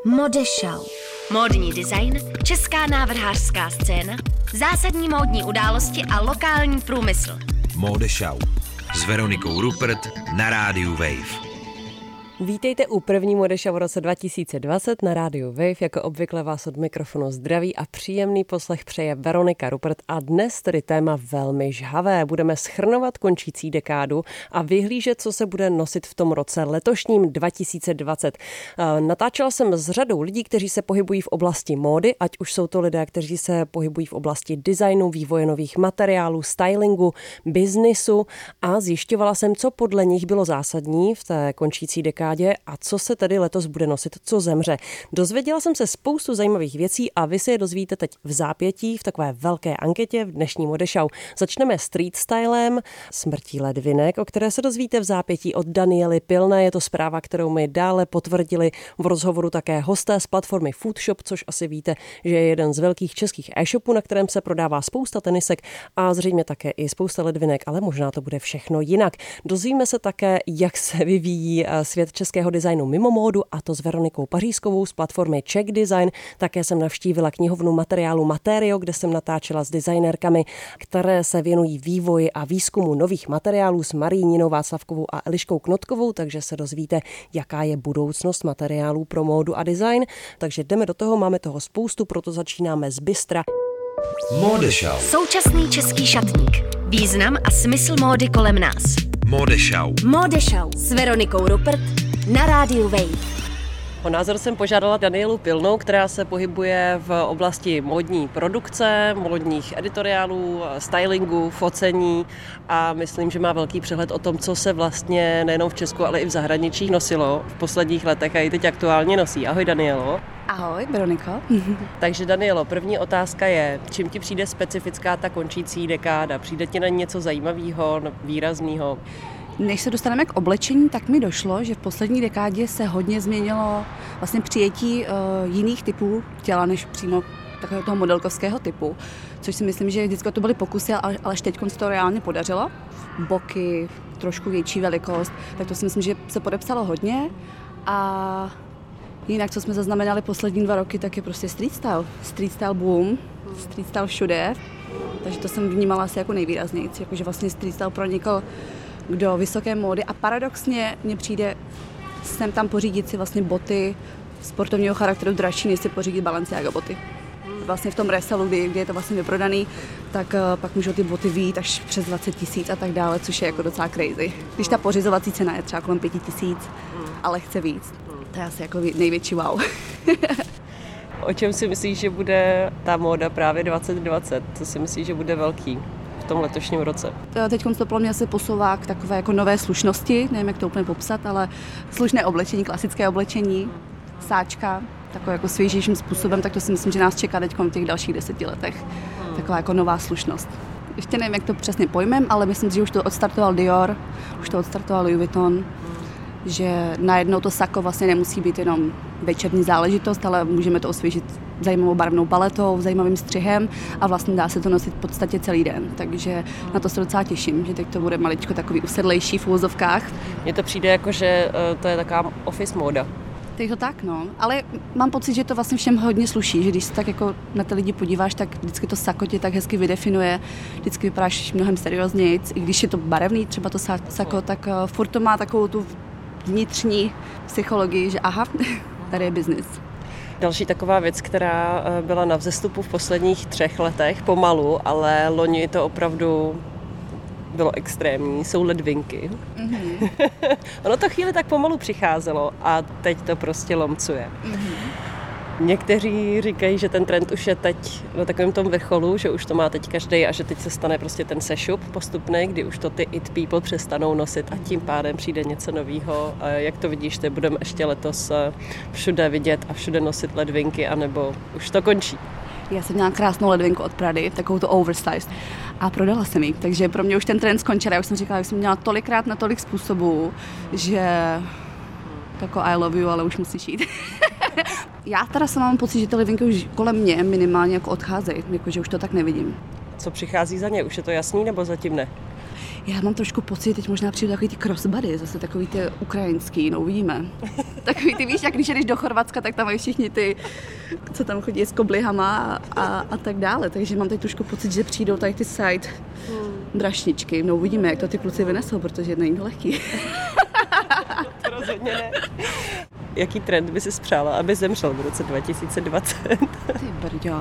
Modeshow. Módní design, česká návrhářská scéna, zásadní módní události a lokální průmysl. Modeshow s Veronikou Rupert na rádiu Wave. Vítejte u první Modeshow v roce 2020 na rádiu Wave. Jako obvykle vás od mikrofonu zdraví a příjemný poslech přeje Veronika Rupert a dnes tedy téma velmi žhavé. Budeme shrnovat končící dekádu a vyhlížet, co se bude nosit v tom roce letošním 2020. Natáčela jsem s řadou lidí, kteří se pohybují v oblasti módy, ať už jsou to lidé, kteří se pohybují v oblasti designu, vývoje nových materiálů, stylingu, biznisu a zjišťovala jsem, co podle nich bylo zásadní v té končící dekádě a co se tedy letos bude nosit, co zemře. Dozvěděla jsem se spoustu zajímavých věcí a vy se je dozvíte teď v zápětí v takové velké anketě v dnešní Modeshow. Začneme street stylem, smrtí ledvinek, o které se dozvíte v zápětí od Daniely Pilné. Je to zpráva, kterou mi dále potvrdili v rozhovoru také hosté z platformy Foodshop, což asi víte, že je jeden z velkých českých e-shopů, na kterém se prodává spousta tenisek a zřejmě také i spousta ledvinek, ale možná to bude všechno jinak. Dozvíme se také, jak se vyvíjí svět českého designu mimo módu, a to s Veronikou Pařízkovou z platformy Czech Design. Také jsem navštívila knihovnu materiálu Materio, kde jsem natáčela s designérkami, které se věnují vývoji a výzkumu nových materiálů s Marií Ninou Václavkovou a Eliškou Knotkovou, takže se dozvíte, jaká je budoucnost materiálů pro módu a design. Takže jdeme do toho, máme toho spoustu, proto začínáme z Bystra. Modeshow. Současný český šatník. Význam a smysl módy kolem nás. Modeshow. Modeshow s Veronikou Rupert na rádiu Wave. O názor jsem požádala Danielu Pilnou, která se pohybuje v oblasti módní produkce, módních editoriálů, stylingu, focení a myslím, že má velký přehled o tom, co se vlastně nejenom v Česku, ale i v zahraničí nosilo v posledních letech a i teď aktuálně nosí. Ahoj Danielo. Ahoj Veroniko. Takže Danielo, první otázka je, čím ti přijde specifická ta končící dekáda? Přijde ti na něco zajímavého, výrazného? Než se dostaneme k oblečení, tak mi došlo, že v poslední dekádě se hodně změnilo vlastně přijetí jiných typů těla, než přímo takového toho modelkovského typu, což si myslím, že vždycky to byly pokusy, ale až teď se to reálně podařilo. Boky, trošku větší velikost, tak to si myslím, že se podepsalo hodně a jinak, co jsme zaznamenali poslední 2 roky, tak je prostě street style. Street style boom, street style všude, takže to jsem vnímala asi jako nejvýraznější, jakože vlastně street style pronikl do vysoké módy a paradoxně mně přijde sem tam pořídit si vlastně boty sportovního charakteru dražší, než si pořídit Balenciaga boty. Vlastně v tom resellu, kdy je to vlastně vyprodaný, tak pak můžou ty boty vyjít až přes 20 000 a tak dále, což je jako docela crazy. Když ta pořizovací cena je třeba kolem 5 000, ale chce víc, to je asi jako největší wow. O čem si myslíš, že bude ta móda právě 2020? Co si myslíš, že bude velký v tom letošním roce? Teď to pro mě se posouvá k takové jako nové slušnosti, nevím, jak to úplně popsat, ale slušné oblečení, klasické oblečení, sáčka, takové jako svěžejším způsobem, tak to si myslím, že nás čeká teď v těch dalších 10 letech. Taková jako nová slušnost. Ještě nevím, jak to přesně pojmem, ale myslím si, že už to odstartoval Dior, už to odstartoval Louis Vuitton, že najednou to sako vlastně nemusí být jenom večerní záležitost, ale můžeme to osvěžit zajímavou barevnou paletou, zajímavým střihem a vlastně dá se to nosit v podstatě celý den. Takže na to se docela těším, že teď to bude maličko takový usedlejší v úvozovkách. Mně to přijde jako, že to je taková office móda. To je to tak, no. Ale mám pocit, že to vlastně všem hodně sluší, že když se tak jako na ty lidi podíváš, tak vždycky to sako tě tak hezky vydefinuje, vždycky vypadáš mnohem serióznějc. I když je to barevný, třeba to sako, tak furt to má takovou tu vnitřní psychologii, že aha, tady je biznis. Další taková věc, která byla na vzestupu v posledních 3 letech, pomalu, ale loni to opravdu bylo extrémní, jsou ledvinky. Mm-hmm. Ono to chvíli tak pomalu přicházelo a teď to prostě lomcuje. Mm-hmm. Někteří říkají, že ten trend už je teď na takovém tom vrcholu, že už to má teď každý a že teď se stane prostě ten sešup postupný, kdy už to ty it people přestanou nosit a tím pádem přijde něco novýho. A jak to vidíš, ty budeme ještě letos všude vidět a všude nosit ledvinky, anebo už to končí? Já jsem měla krásnou ledvinku od Prady, takovou to oversized a prodala jsem ji, takže pro mě už ten trend skončil. Já už jsem říkala, že jsem měla tolikrát na tolik způsobů, že jako I love you, ale už musíš jít. Já teda jsem mám pocit, že ty ledvinky už kolem mě minimálně jako odcházejí, jakože už to tak nevidím. Co přichází za ně? Už je to jasný nebo zatím ne? Já mám trošku pocit, teď možná přijdu takový ty crossbody, zase takový ty ukrajinský, no uvidíme. Takový ty víš, jak když jdeš do Chorvatska, tak tam mají všichni ty, co tam chodí s koblihama a tak dále. Takže mám teď trošku pocit, že přijdou tady ty side brašničky. No uvidíme, jak to ty kluci vynesou, protože není to lehký. To rozhodně ne. Jaký trend by si spřála, aby zemřel v roce 2020? Ty brďo.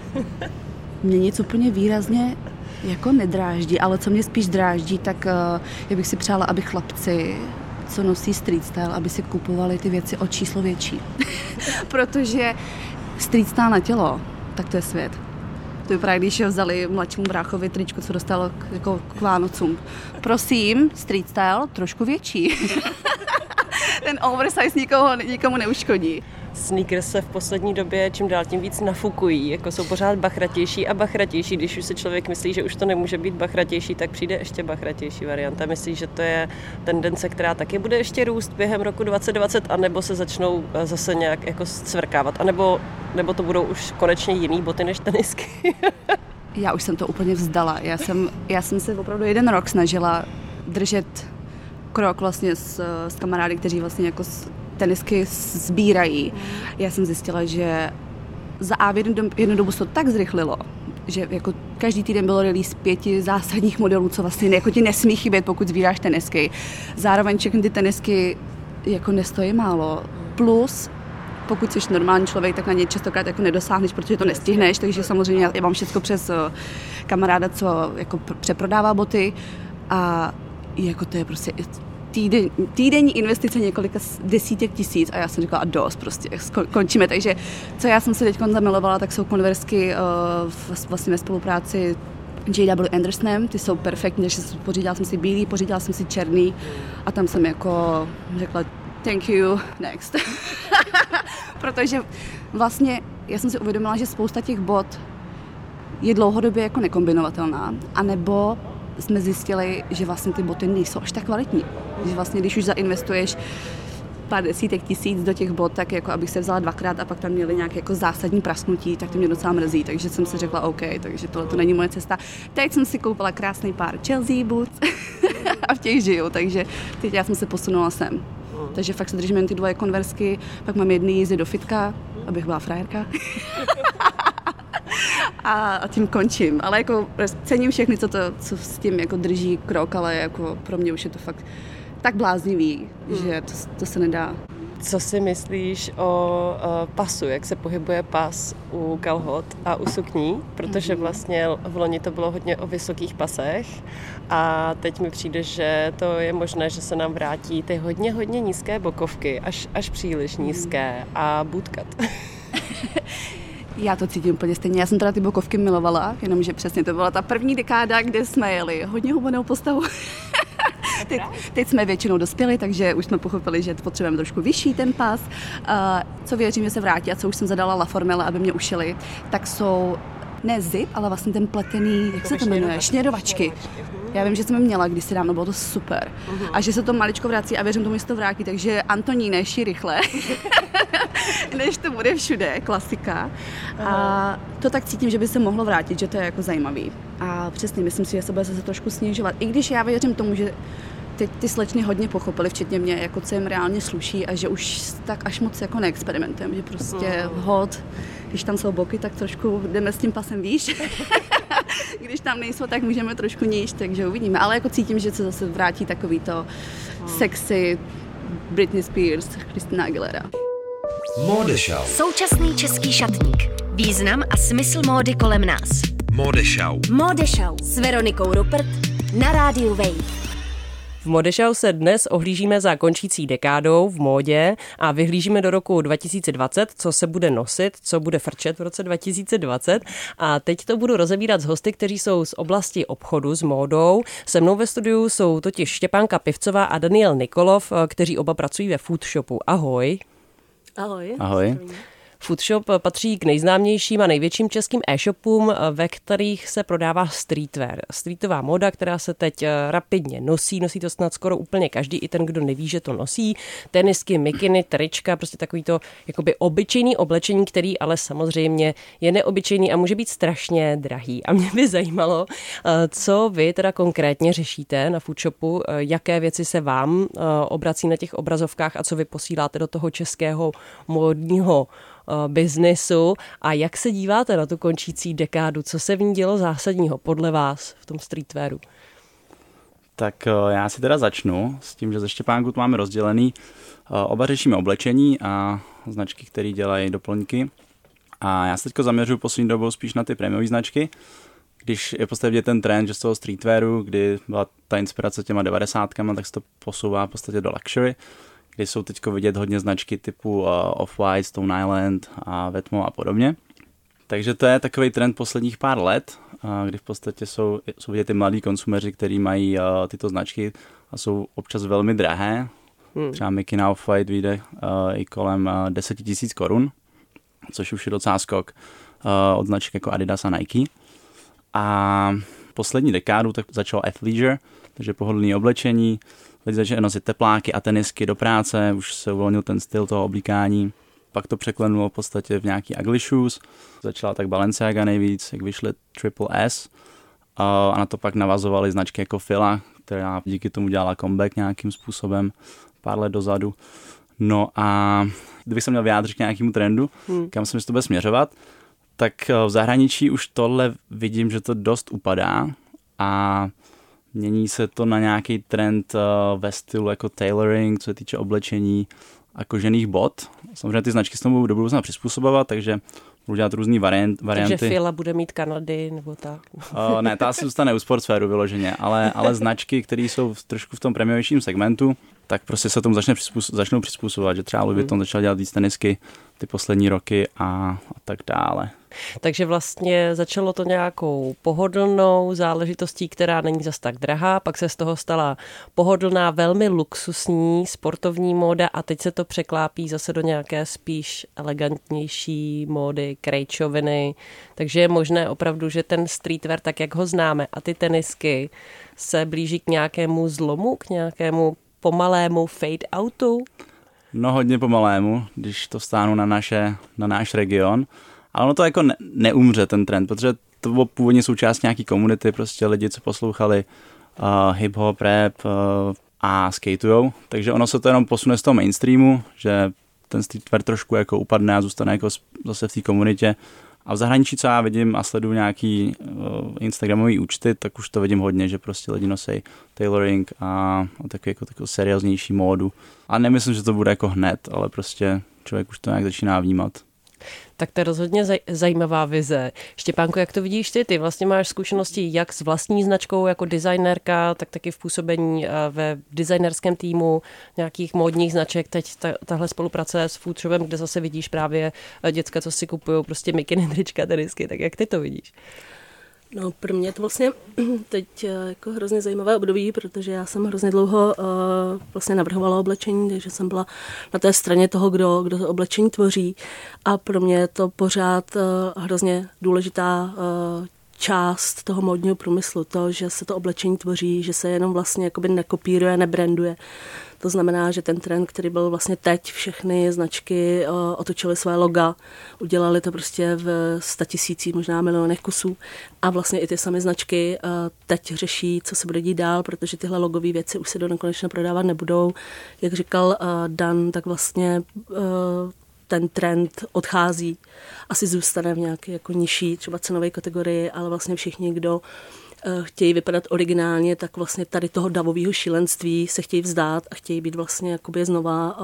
Mě nic úplně výrazně jako nedráždí, ale co mě spíš dráždí, tak já bych si přála, aby chlapci, co nosí street style, aby si kupovali ty věci o číslo větší. Protože street style na tělo, tak to je svět. To vypadá, když vzali mladšímu bráchovi tričko, co dostalo jako k Vánocům. Prosím, street style trošku větší. Ten oversize nikomu neuškodí. Sneakers se v poslední době čím dál tím víc nafukují, jako jsou pořád bachratější a bachratější. Když už si člověk myslí, že už to nemůže být bachratější, tak přijde ještě bachratější varianta. Myslíš, že to je tendence, která taky bude ještě růst během roku 2020, anebo se začnou zase nějak jako scvrkávat, nebo to budou už konečně jiný boty než tenisky? Já už jsem to úplně vzdala. Já jsem se opravdu 1 rok snažila držet krok vlastně s kamarády, kteří vlastně jako tenisky sbírají. Já jsem zjistila, že za A v jednu dobu se to tak zrychlilo, že jako každý týden bylo release 5 zásadních modelů, co vlastně jako ti nesmí chybět, pokud sbíráš tenisky. Zároveň všechny ty tenisky jako nestojí málo. Plus, pokud jsi normální člověk, tak na ně častokrát jako nedosáhneš, protože to nestihneš, takže samozřejmě já mám všechno přes kamaráda, co jako přeprodává boty a jako to je prostě týdenní investice několika desítek tisíc a já jsem říkala a dost prostě, končíme. Takže co já jsem se teď zamilovala, tak jsou konversky vlastně ve spolupráci J.W. Andersonem, ty jsou perfektní, takže pořídila jsem si bílý, pořídila jsem si černý a tam jsem jako řekla thank you, next. Protože vlastně já jsem si uvědomila, že spousta těch bot je dlouhodobě jako nekombinovatelná, anebo jsme zjistili, že vlastně ty boty nejsou až tak kvalitní. Že vlastně, když už zainvestuješ pár desítek tisíc do těch bot, tak jako abych se vzala 2krát a pak tam měly nějaké jako zásadní prasknutí, tak to mě docela mrzí, takže jsem si řekla OK, takže tohle to není moje cesta. Teď jsem si koupila krásný pár Chelsea boots a v těch žiju, takže teď já jsem se posunula sem. Takže fakt se držím jen ty 2 konversky, pak mám jedný jízdy do fitka, abych byla frajerka. A tím končím, ale jako cením všechny, co s tím jako drží krok, ale jako pro mě už je to fakt tak bláznivý, že to se nedá. Co si myslíš o pasu, jak se pohybuje pas u kalhot a u sukní? Protože vlastně v loni to bylo hodně o vysokých pasech a teď mi přijde, že to je možné, že se nám vrátí ty hodně nízké bokovky, až příliš nízké a bootcut. Já to cítím úplně stejně. Já jsem teda ty bokovky milovala, jenomže přesně to byla ta první dekáda, kde jsme jeli hodně hubenou postavu. Teď jsme většinou dospěli, takže už jsme pochopili, že potřebujeme trošku vyšší ten pas. Co věřím, že se vrátí a co už jsem zadala La Formele, aby mě ušili, tak jsou ne zip, ale vlastně ten pletený, jak se to jmenuje, šněrovačky. Já vím, že jsem je měla kdysi dávno, bylo to super. A že se to maličko vrací a věřím tomu, že se to vrátí, takže Antoníne, ší rychle, než to bude všude, klasika. A to tak cítím, že by se mohlo vrátit, že to je jako zajímavý. A přesně, myslím si, že se bude zase trošku snižovat. I když já věřím tomu, že teď ty slečny hodně pochopily, včetně mě, jako co jim reálně sluší a že už tak až moc jako neexperimentujeme, že prostě hod, když tam jsou boky, tak trošku jdeme s tím pasem výš. Když tam nejsou, tak můžeme trošku níž, takže uvidíme. Ale jako cítím, že se zase vrátí takový to sexy Britney Spears, Christina Aguilera. Modeshow. Současný český šatník. Význam a smysl módy kolem nás. Modeshow. Modeshow s Veronikou Rupert na rádiu Wave. V Modeshow se dnes ohlížíme za končící dekádou v módě a vyhlížíme do roku 2020, co se bude nosit, co bude frčet v roce 2020. A teď to budu rozebírat s hosty, kteří jsou z oblasti obchodu s módou. Se mnou ve studiu jsou totiž Štěpánka Pivcová a Daniel Nikolov, kteří oba pracují ve Food Shopu. Ahoj. Ahoj. Ahoj. Foodshop patří k nejznámějším a největším českým e-shopům, ve kterých se prodává streetwear. Streetová móda, která se teď rapidně nosí to snad skoro úplně každý, i ten, kdo neví, že to nosí. Tenisky, mikiny, trička, prostě takový to jakoby obyčejný oblečení, který ale samozřejmě je neobyčejný a může být strašně drahý. A mě by zajímalo, co vy teda konkrétně řešíte na Foodshopu, jaké věci se vám obrací na těch obrazovkách a co vy posíláte do toho českého módního biznesu a jak se díváte na tu končící dekádu, co se v ní dělo zásadního podle vás v tom streetwearu? Tak já si teda začnu s tím, že ze Štěpánku tu máme rozdělený. Oba řešíme oblečení a značky, které dělají doplňky. A já se teďko zaměřuju poslední dobou spíš na ty prémiové značky, když je v podstatě ten trend, že z toho streetwearu, kdy byla ta inspirace těma 90kama, tak se to posouvá v podstatě do luxury, kdy jsou teďko vidět hodně značky typu Off-White, Stone Island a Vetmo a podobně. Takže to je takový trend posledních pár let, kdy v podstatě jsou vidět ty mladí konsumeři, kteří mají tyto značky a jsou občas velmi drahé. Třeba mikina Off-White vyjde i kolem 10 000 korun, což už je docela skok od značek jako Adidas a Nike. A poslední dekádu tak začalo athleisure, takže pohodlné oblečení, lidi začali nosit tepláky a tenisky do práce, už se uvolnil ten styl toho oblíkání. Pak to překlenulo v podstatě v nějaký ugly shoes, začala tak Balenciaga nejvíc, jak vyšly Triple S a na to pak navazovaly značky jako Fila, která díky tomu dělala comeback nějakým způsobem pár let dozadu. No a kdybych se měl vyjádřit k nějakému trendu, kam se mi to bude směřovat, tak v zahraničí už tohle vidím, že to dost upadá a mění se to na nějaký trend ve stylu jako tailoring, co se týče oblečení a kožených bot. Samozřejmě ty značky s tomu do budoucna přizpůsobovat, takže budu dělat různý varianty. Takže Fila bude mít Kanady nebo tak? Ne, ta asi zůstane u sportswearu vyloženě, ale značky, které jsou trošku v tom prémiovějším segmentu, tak prostě se tomu začnou přizpůsobovat, že třeba Louis Vuitton začal dělat víc tenisky ty poslední roky a tak dále. Takže vlastně začalo to nějakou pohodlnou záležitostí, která není zas tak drahá, pak se z toho stala pohodlná, velmi luxusní sportovní móda a teď se to překlápí zase do nějaké spíš elegantnější módy, krejčoviny, takže je možné opravdu, že ten streetwear, tak jak ho známe a ty tenisky se blíží k nějakému zlomu, k nějakému pomalému fade outu? No hodně pomalému, když to stáhnu na náš region. Ale ono to jako neumře ten trend, protože to bylo původně součást nějaký komunity, prostě lidi, co poslouchali hip-hop, rap a skatujou. Takže ono se to jenom posune z toho mainstreamu, že ten streetwear trošku jako upadne a zůstane jako zase v té komunitě. A v zahraničí, co já vidím a sleduju nějaký instagramový účty, tak už to vidím hodně, že prostě lidi nosí tailoring a takovou serióznější módu. A nemyslím, že to bude jako hned, ale prostě člověk už to nějak začíná vnímat. Tak to je rozhodně zajímavá vize. Štěpánko, jak to vidíš ty? Ty vlastně máš zkušenosti jak s vlastní značkou jako designérka, tak taky v působení ve designerském týmu nějakých módních značek. Teď tahle spolupráce s Foodshopem, kde zase vidíš právě děcka, co si kupují prostě mikiny, trička, tenisky. Tak jak ty to vidíš? No, pro mě to vlastně teď jako hrozně zajímavé období, protože já jsem hrozně dlouho vlastně navrhovala oblečení, takže jsem byla na té straně toho, kdo to oblečení tvoří a pro mě je to pořád hrozně důležitá část toho módního průmyslu, to, že se to oblečení tvoří, že se jenom vlastně jakoby nekopíruje, nebranduje. To znamená, že ten trend, který byl vlastně teď, všechny značky otočily své loga, udělali to prostě v 100 000, možná milionech kusů a vlastně i ty samé značky teď řeší, co se bude dít dál, protože tyhle logové věci už se do nekonečna prodávat nebudou. Jak říkal Dan, tak vlastně ten trend odchází, asi zůstane v nějaké jako nižší třeba cenové kategorii, ale vlastně všichni, kdo chtějí vypadat originálně, tak vlastně tady toho davového šílenství se chtějí vzdát a chtějí být vlastně jakoby znova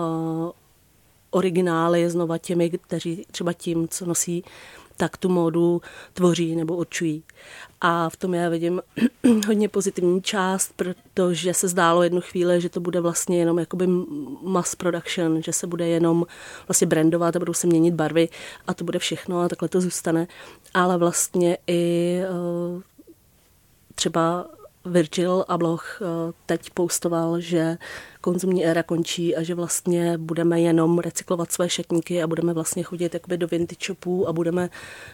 originály, znova těmi, kteří třeba tím, co nosí, tak tu módu tvoří nebo určují. A v tom já vidím hodně pozitivní část, protože se zdálo jednu chvíli, že to bude vlastně jenom jakoby mass production, že se bude jenom vlastně brandovat a budou se měnit barvy a to bude všechno a takhle to zůstane. Ale vlastně i třeba Virgil Abloh teď postoval, že konzumní éra končí a že vlastně budeme jenom recyklovat své šatníky a budeme vlastně chodit jakoby do vintage shopů a budeme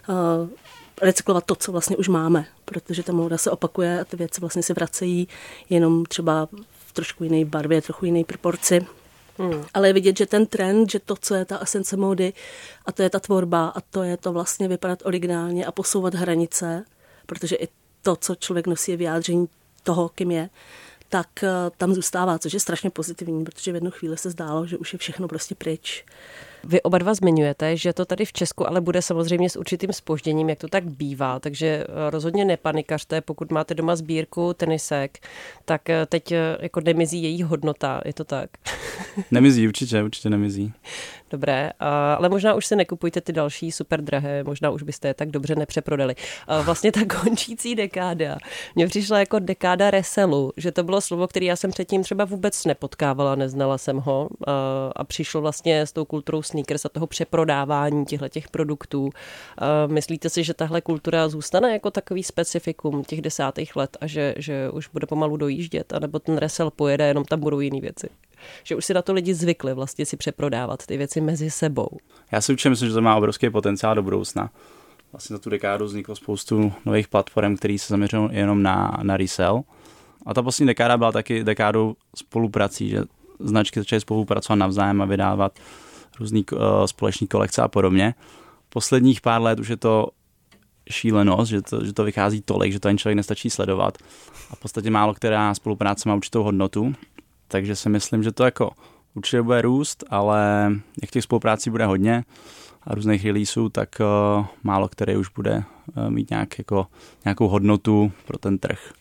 recyklovat to, co vlastně už máme, protože ta móda se opakuje a ty věci vlastně se vracejí jenom třeba v trošku jiné barvě, trochu jiné proporci. Ale je vidět, že ten trend, že to, co je ta esence módy a to je ta tvorba a to je to vlastně vypadat originálně a posouvat hranice, protože i to, co člověk nosí, je vyjádření toho, kým je, tak tam zůstává, což je strašně pozitivní, protože v jednu chvíli se zdálo, že už je všechno prostě pryč. Vy oba dva zmiňujete, že to tady v Česku ale bude samozřejmě s určitým zpožděním, jak to tak bývá, takže rozhodně nepanikařte, pokud máte doma sbírku tenisek, tak teď jako nemizí jejich hodnota, je to tak? Nemizí, určitě nemizí. Dobré, ale možná už si nekupujte ty další super drahé, možná už byste je tak dobře nepřeprodali. Vlastně ta končící dekáda, mně přišla jako dekáda resellu, že to bylo slovo, které já jsem předtím třeba vůbec nepotkávala, neznala jsem ho a přišlo vlastně s tou kulturou sneakers a toho přeprodávání těch produktů. Myslíte si, že tahle kultura zůstane jako takový specifikum těch 10. let a že už bude pomalu dojíždět, anebo ten resell pojede, jenom tam budou jiné věci? Že už si na to lidi zvykli vlastně si přeprodávat ty věci mezi sebou. Já si určitě myslím, že to má obrovský potenciál do budoucna. Vlastně za tu dekádu vzniklo spoustu nových platform, které se zaměřují jenom na resell. A ta poslední dekáda byla taky dekádou spoluprací, že značky začaly spolupracovat navzájem a vydávat různý společný kolekce a podobně. Posledních pár let už je to šílenost, že to vychází tolik, že to ani člověk nestačí sledovat. A v podstatě málo která spolupráce má určitou hodnotu. Takže si myslím, že to jako určitě bude růst, ale jak těch spoluprácí bude hodně a různých releaseů, tak málo který už bude mít nějakou hodnotu pro ten trh.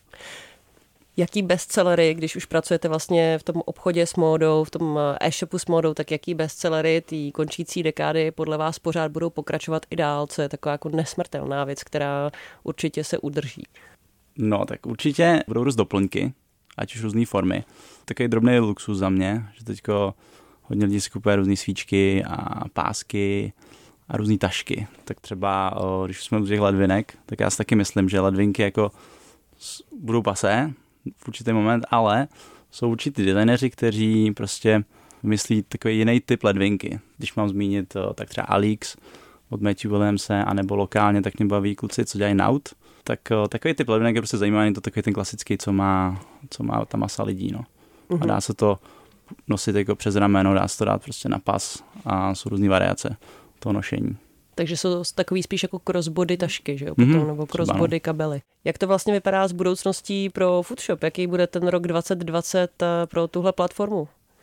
Jaký bestsellery, když už pracujete vlastně v tom obchodě s módou, v tom e-shopu s módou, tak jaký bestsellery té končící dekády podle vás pořád budou pokračovat i dál, co je taková jako nesmrtelná věc, která určitě se udrží? No, tak určitě budou růst doplňky, ať už různé formy. Takový drobný luxus za mě, že teďko hodně lidí si kupuje různé svíčky a pásky a různé tašky. Tak třeba, když jsme u těch ledvinek, tak já si taky myslím, že ledvinky jako budou pasé v určitý moment, ale jsou určitý designéři, kteří prostě vymyslí takový jiný typ ledvinky. Když mám zmínit tak třeba Alix od Matthew Williamse, anebo lokálně, tak mě baví kluci, co dělají Naut. Tak takový typ ledvinek je prostě zajímavý, to takový ten klasický, co má ta masa lidí, no. A dá se to nosit jako přes rameno, dá se to dát prostě na pas a jsou různý variace toho nošení. Takže jsou takový spíš jako crossbody tašky, že jo, potom, nebo crossbody kabely. Jak to vlastně vypadá s budoucností pro Foodshop? Jaký bude ten rok 2020 pro tuhle platformu?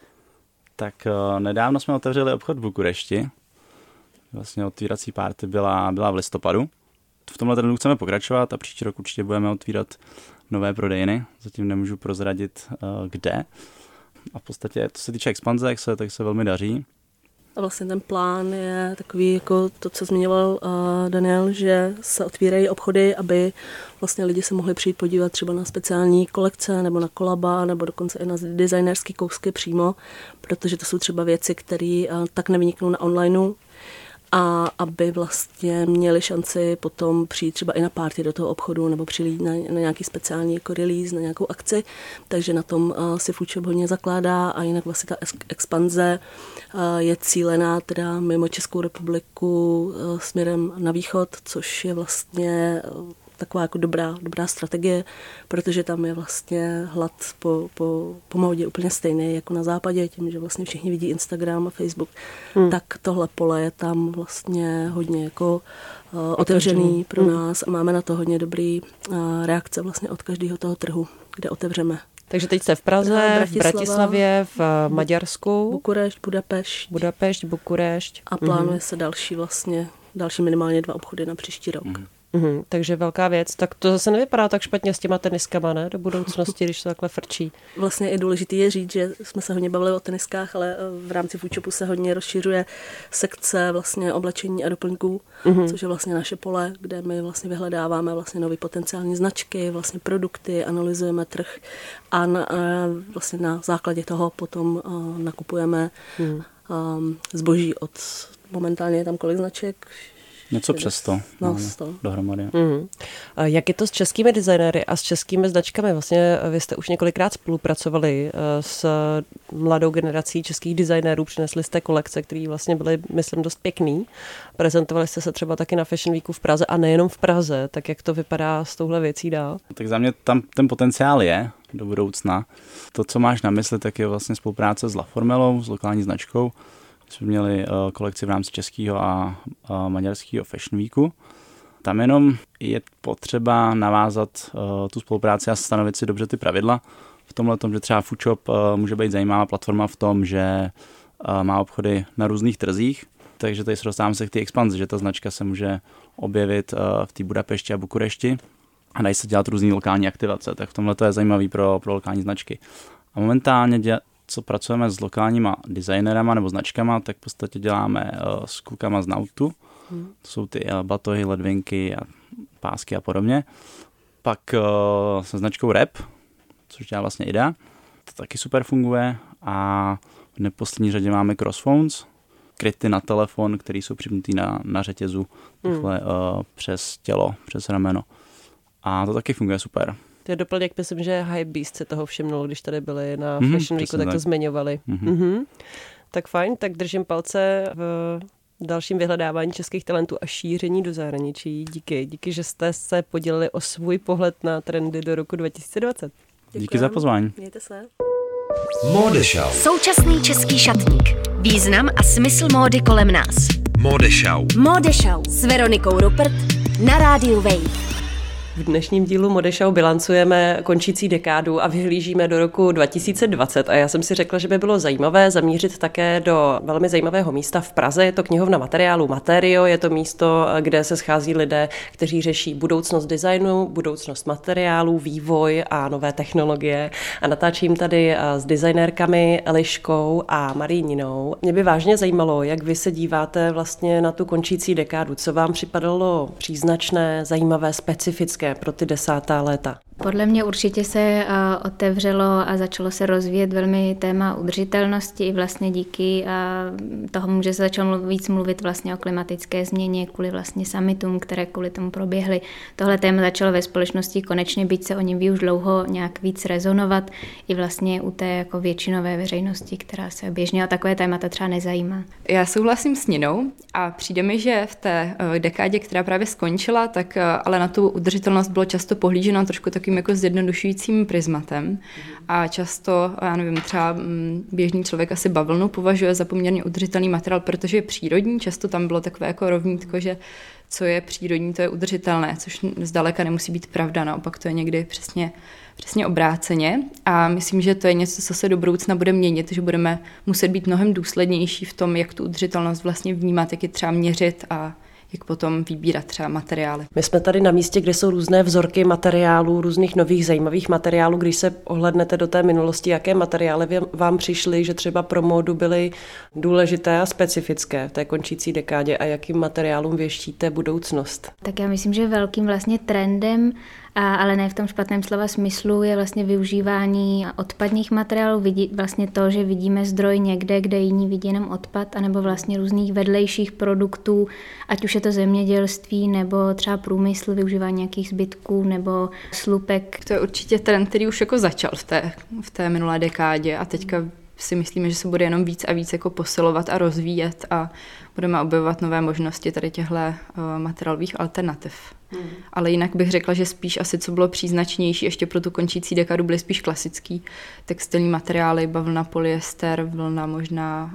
Tak nedávno jsme otevřeli obchod v Bukurešti. Vlastně otvírací party byla v listopadu. V tomhle trendu chceme pokračovat a příští rok určitě budeme otvírat nové prodejny. Zatím nemůžu prozradit kde. A v podstatě, co se týče expanze, tak se velmi daří. A vlastně ten plán je takový, jako to, co zmiňoval Daniel, že se otvírají obchody, aby vlastně lidi se mohli přijít podívat třeba na speciální kolekce nebo na kolaba, nebo dokonce i na designerské kousky přímo, protože to jsou třeba věci, které tak nevyniknou na onlineu, a aby vlastně měli šanci potom přijít třeba i na party do toho obchodu nebo přijít na nějaký speciální jako release, na nějakou akci. Takže na tom si Foodshop hodně zakládá a jinak vlastně ta expanze je cílená teda mimo Českou republiku směrem na východ, což je vlastně taková jako dobrá strategie, protože tam je vlastně hlad po módě úplně stejný jako na západě, tím, že vlastně všichni vidí Instagram a Facebook, tak tohle pole je tam vlastně hodně jako otevřený pro nás a máme na to hodně dobrý reakce vlastně od každého toho trhu, kde otevřeme. Takže teď jste v Praze, v Bratislavě, v Maďarsku, Budapešť, Bukurešť. A plánuje se další minimálně 2 obchody na příští rok. Takže velká věc. Tak to zase nevypadá tak špatně s těma teniskama, ne? Do budoucnosti, když to takhle frčí. Vlastně je důležité je říct, že jsme se hodně bavili o teniskách, ale v rámci Foodshopu se hodně rozšiřuje sekce vlastně oblečení a doplňků, což je vlastně naše pole, kde my vlastně vyhledáváme vlastně nové potenciální značky, vlastně produkty, analyzujeme trh a vlastně na základě toho potom nakupujeme zboží momentálně je tam kolik značek? Něco přes to. No, dohromady. Mm. A jak je to s českými designéry a s českými značkami? Vlastně vy jste už několikrát spolupracovali s mladou generací českých designérů, přinesli jste kolekce, které vlastně byly, myslím, dost pěkný. Prezentovali jste se třeba taky na Fashion Weeku v Praze a nejenom v Praze, tak jak to vypadá s touhle věcí dál? Tak za mě tam ten potenciál je do budoucna. To, co máš na mysli, tak je vlastně spolupráce s La Formelou, s lokální značkou. Jsme měli kolekci v rámci českého a maďarského Fashion Weeku. Tam jenom je potřeba navázat tu spolupráci a stanovit si dobře ty pravidla. V tomhle tom, že třeba Foodshop může být zajímavá platforma v tom, že má obchody na různých trzích, takže tady se dostáváme se k té expanzi, že ta značka se může objevit v té Budapešti a Bukurešti a dají se dělat různý lokální aktivace, tak v tomhle to je zajímavý pro lokální značky. A momentálně co pracujeme s lokálníma designerama nebo značkama, tak v podstatě děláme s klukama z Nautu. To jsou ty batohy, ledvinky a pásky a podobně. Pak se značkou Rap, což dělá vlastně IDEA. To taky super funguje. A v neposlední řadě máme Crossphones, kryty na telefon, které jsou připnutý na řetězu přes tělo, přes rameno. A to taky funguje super. To je doplněk, myslím, že Hypebeast se toho všimnul, když tady byli na Fashion Weeku, tak to zmiňovali. Tak fajn, tak držím palce v dalším vyhledávání českých talentů a šíření do zahraničí. Díky, že jste se podělili o svůj pohled na trendy do roku 2020. Díky za pozvání. Mějte se. Mode Show. Současný český šatník. Význam a smysl módy kolem nás. Mode Show. Mode Show s Veronikou Rupert na rádiu Wave. V dnešním dílu Mode Show bilancujeme končící dekádu a vyhlížíme do roku 2020 a já jsem si řekla, že by bylo zajímavé zamířit také do velmi zajímavého místa v Praze. Je to knihovna materiálu Materio, je to místo, kde se schází lidé, kteří řeší budoucnost designu, budoucnost materiálů, vývoj a nové technologie a natáčím tady s designérkami Eliškou a Maríninou. Mě by vážně zajímalo, jak vy se díváte vlastně na tu končící dekádu, co vám připadalo příznačné, zajímavé, specifické pro ty 10. léta? Podle mě určitě se otevřelo a začalo se rozvíjet velmi téma udržitelnosti i vlastně díky tomu, že se začalo víc mluvit vlastně o klimatické změně kvůli vlastně summitům, které kvůli tomu proběhly. Tohle téma začalo ve společnosti konečně, byť se o něm ví už dlouho, nějak víc rezonovat i vlastně u té jako většinové veřejnosti, která se běžně o takové témata třeba nezajímá. Já souhlasím s Ninou a přijde mi, že v té dekádě, která právě skončila, tak ale na tu udržitelnost bylo často pohlíženo trošku takovým jako zjednodušujícím prismatem a často, já nevím, třeba běžný člověk asi bavlnu považuje za poměrně udržitelný materiál, protože je přírodní, často tam bylo takové jako rovnítko, že co je přírodní, to je udržitelné, což zdaleka nemusí být pravda, naopak to je někdy přesně obráceně a myslím, že to je něco, co se do budoucna bude měnit, že budeme muset být mnohem důslednější v tom, jak tu udržitelnost vlastně vnímat, jak je třeba měřit a jak potom vybírat třeba materiály. My jsme tady na místě, kde jsou různé vzorky materiálů, různých nových zajímavých materiálů. Když se ohlednete do té minulosti, jaké materiály vám přišly, že třeba pro módu byly důležité a specifické v té končící dekádě a jakým materiálům věštíte budoucnost? Tak já myslím, že velkým vlastně trendem, ale ne v tom špatném slova smyslu, je vlastně využívání odpadních materiálů, vlastně to, že vidíme zdroj někde, kde jiní vidí jenom odpad, anebo vlastně různých vedlejších produktů, ať už je to zemědělství, nebo třeba průmysl, využívání nějakých zbytků, nebo slupek. To je určitě trend, který už jako začal v té minulé dekádě a teďka si myslíme, že se bude jenom víc a víc jako posilovat a rozvíjet a budeme objevovat nové možnosti tady těchto materiálových alternativ. Ale jinak bych řekla, že spíš asi co bylo příznačnější ještě pro tu končící dekadu byly spíš klasický textilní materiály, bavlna, polyester, vlna možná,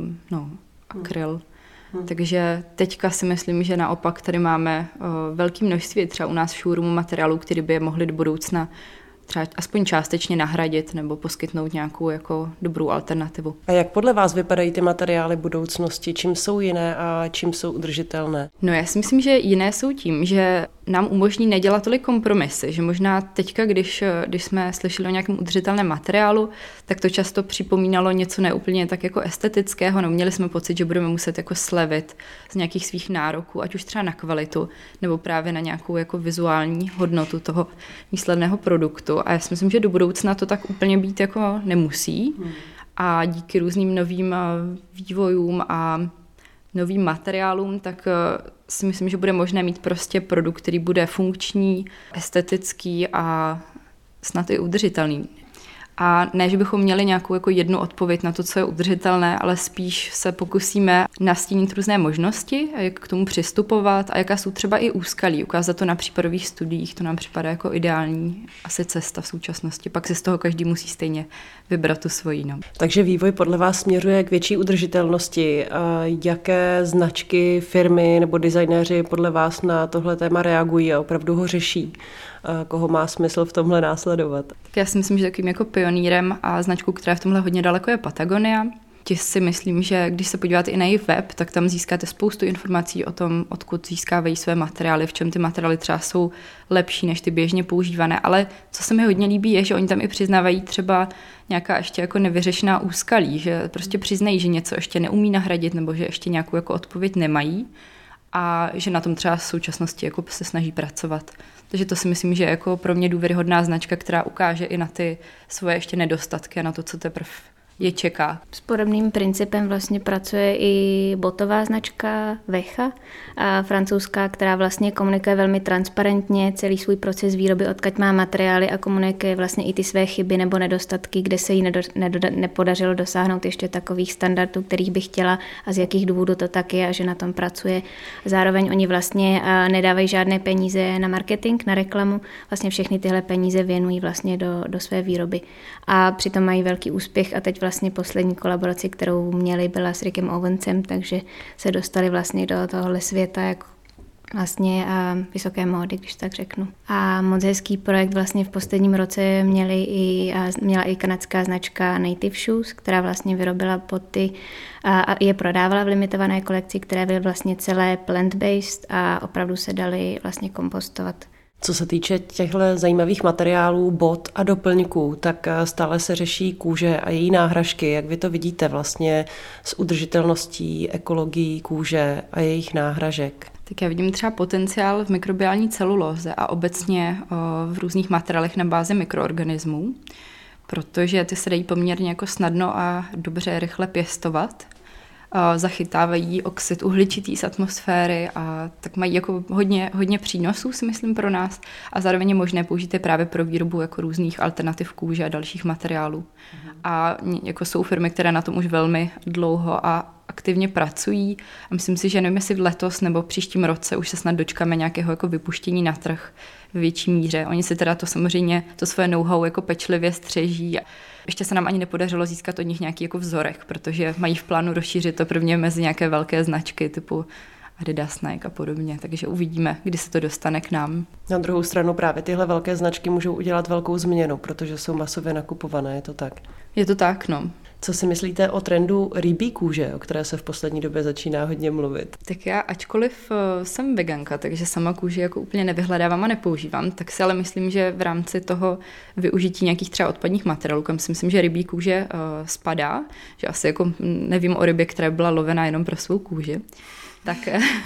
akryl. Takže teďka si myslím, že naopak tady máme velké množství třeba u nás v showroomu materiálů, které by je mohly do budoucna třeba aspoň částečně nahradit nebo poskytnout nějakou jako dobrou alternativu. A jak podle vás vypadají ty materiály budoucnosti? Čím jsou jiné a čím jsou udržitelné? No já si myslím, že jiné jsou tím, že nám umožní nedělat tolik kompromisy, že možná teďka, když jsme slyšeli o nějakém udržitelném materiálu, tak to často připomínalo něco neúplně tak jako estetického, no měli jsme pocit, že budeme muset jako slevit z nějakých svých nároků, ať už třeba na kvalitu, nebo právě na nějakou jako vizuální hodnotu toho výsledného produktu. A já si myslím, že do budoucna to tak úplně být jako nemusí. A díky různým novým vývojům a novým materiálům, tak si myslím, že bude možné mít prostě produkt, který bude funkční, estetický a snad i udržitelný. A ne, že bychom měli nějakou jako jednu odpověď na to, co je udržitelné, ale spíš se pokusíme nastínit různé možnosti, jak k tomu přistupovat a jaká jsou třeba i úskalí. Ukázat to na případových studiích, to nám připadá jako ideální asi cesta v současnosti. Pak si z toho každý musí stejně vybrat tu svoji. No. Takže vývoj podle vás směřuje k větší udržitelnosti. A jaké značky, firmy nebo designéři podle vás na tohle téma reagují a opravdu ho řeší? A koho má smysl v tomhle následovat? Tak já si myslím, že takovým jako pionýrem a značkou, která je v tomhle hodně daleko, je Patagonia. Ti si myslím, že když se podíváte i na jejich web, tak tam získáte spoustu informací o tom, odkud získávají své materiály, v čem ty materiály třeba jsou lepší než ty běžně používané. Ale co se mi hodně líbí, je, že oni tam i přiznávají třeba nějaká ještě jako nevyřešená úskalí, že prostě přiznají, že něco ještě neumí nahradit nebo že ještě nějakou jako odpověď nemají a že na tom třeba v současnosti jako se snaží pracovat. Takže to si myslím, že je jako pro mě důvěryhodná značka, která ukáže i na ty svoje ještě nedostatky a na to, co teprve je čeká. S podobným principem vlastně pracuje i botová značka Vecha, francouzská, která vlastně komunikuje velmi transparentně celý svůj proces výroby, odkud má materiály a komunikuje vlastně i ty své chyby nebo nedostatky, kde se jí nepodařilo dosáhnout ještě takových standardů, kterých by chtěla a z jakých důvodů to tak je a že na tom pracuje. Zároveň oni vlastně nedávají žádné peníze na marketing, na reklamu, vlastně všechny tyhle peníze věnují vlastně do své výroby. A přitom mají velký úspěch a teď vlastně poslední kolaboraci, kterou měli, byla s Rickem Owencem, takže se dostali vlastně do tohohle světa jako vlastně vysoké módy, když tak řeknu. A moc hezký projekt vlastně v posledním roce měla i kanadská značka Native Shoes, která vlastně vyrobila boty a je prodávala v limitované kolekci, které byly vlastně celé plant-based a opravdu se daly vlastně kompostovat. Co se týče těchto zajímavých materiálů, bot a doplňků, tak stále se řeší kůže a její náhražky. Jak vy to vidíte vlastně s udržitelností, ekologií kůže a jejich náhražek? Tak já vidím třeba potenciál v mikrobiální celulóze a obecně v různých materiálech na bázi mikroorganismů, protože ty se dají poměrně jako snadno a dobře rychle pěstovat. Zachytávají oxid uhličitý z atmosféry a tak mají jako hodně přínosů, si myslím, pro nás a zároveň je možné použít je právě pro výrobu jako různých alternativ kůže a dalších materiálů. A jako jsou firmy, které na tom už velmi dlouho a aktivně pracují a myslím si, že nevím, jestli letos nebo příštím roce už se snad dočkáme nějakého jako vypuštění na trh v větší míře. Oni si teda to samozřejmě, to své know-how jako pečlivě střeží. Ještě se nám ani nepodařilo získat od nich nějaký jako vzorek, protože mají v plánu rozšířit to prvně mezi nějaké velké značky typu Adidas, Nike a podobně, takže uvidíme, kdy se to dostane k nám. Na druhou stranu právě tyhle velké značky můžou udělat velkou změnu, protože jsou masově nakupované, je to tak? Je to tak, no. Co si myslíte o trendu rybí kůže, o které se v poslední době začíná hodně mluvit? Tak já, ačkoliv jsem veganka, takže sama kůži jako úplně nevyhledávám a nepoužívám, tak si ale myslím, že v rámci toho využití nějakých třeba odpadních materiálů, kam si myslím, že rybí kůže spadá, že asi jako nevím o rybě, která byla lovena jenom pro svou kůži, tak